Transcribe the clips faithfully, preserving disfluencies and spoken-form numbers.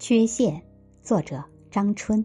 缺陷，作者张春。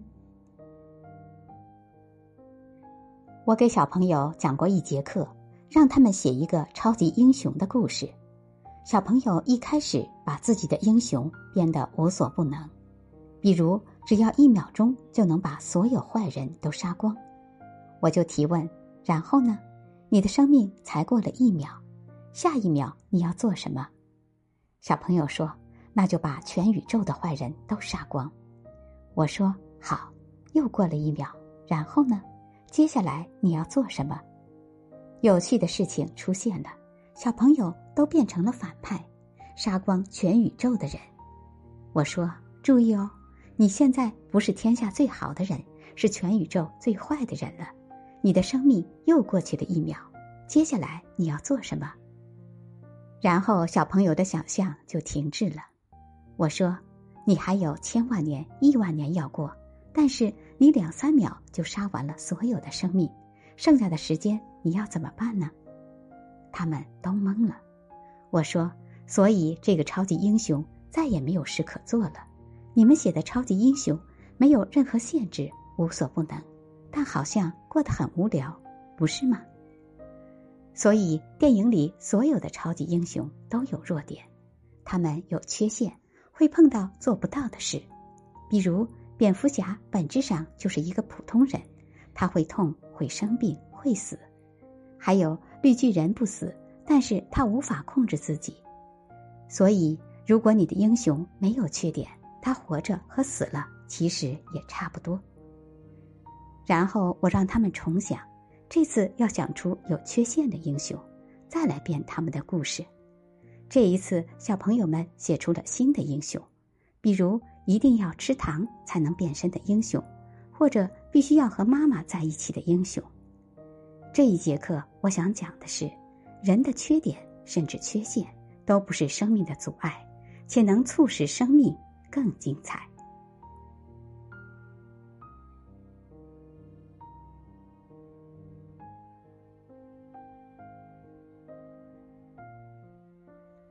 我给小朋友讲过一节课，让他们写一个超级英雄的故事。小朋友一开始把自己的英雄变得无所不能，比如只要一秒钟就能把所有坏人都杀光。我就提问，然后呢？你的生命才过了一秒，下一秒你要做什么？小朋友说，那就把全宇宙的坏人都杀光。我说，好，又过了一秒，然后呢？接下来你要做什么？有趣的事情出现了，小朋友都变成了反派，杀光全宇宙的人。我说，注意哦，你现在不是天下最好的人，是全宇宙最坏的人了。你的生命又过去了一秒，接下来你要做什么？然后小朋友的想象就停滞了。我说，你还有千万年、亿万年要过，但是你两三秒就杀完了所有的生命，剩下的时间你要怎么办呢？他们都懵了。我说，所以这个超级英雄再也没有事可做了。你们写的超级英雄没有任何限制，无所不能，但好像过得很无聊，不是吗？所以电影里所有的超级英雄都有弱点，他们有缺陷，会碰到做不到的事。比如蝙蝠侠本质上就是一个普通人，他会痛，会生病，会死。还有绿巨人不死，但是他无法控制自己。所以如果你的英雄没有缺点，他活着和死了其实也差不多。然后我让他们重想，这次要想出有缺陷的英雄，再来编他们的故事。这一次小朋友们写出了新的英雄，比如一定要吃糖才能变身的英雄，或者必须要和妈妈在一起的英雄。这一节课我想讲的是，人的缺点甚至缺陷都不是生命的阻碍，且能促使生命更精彩。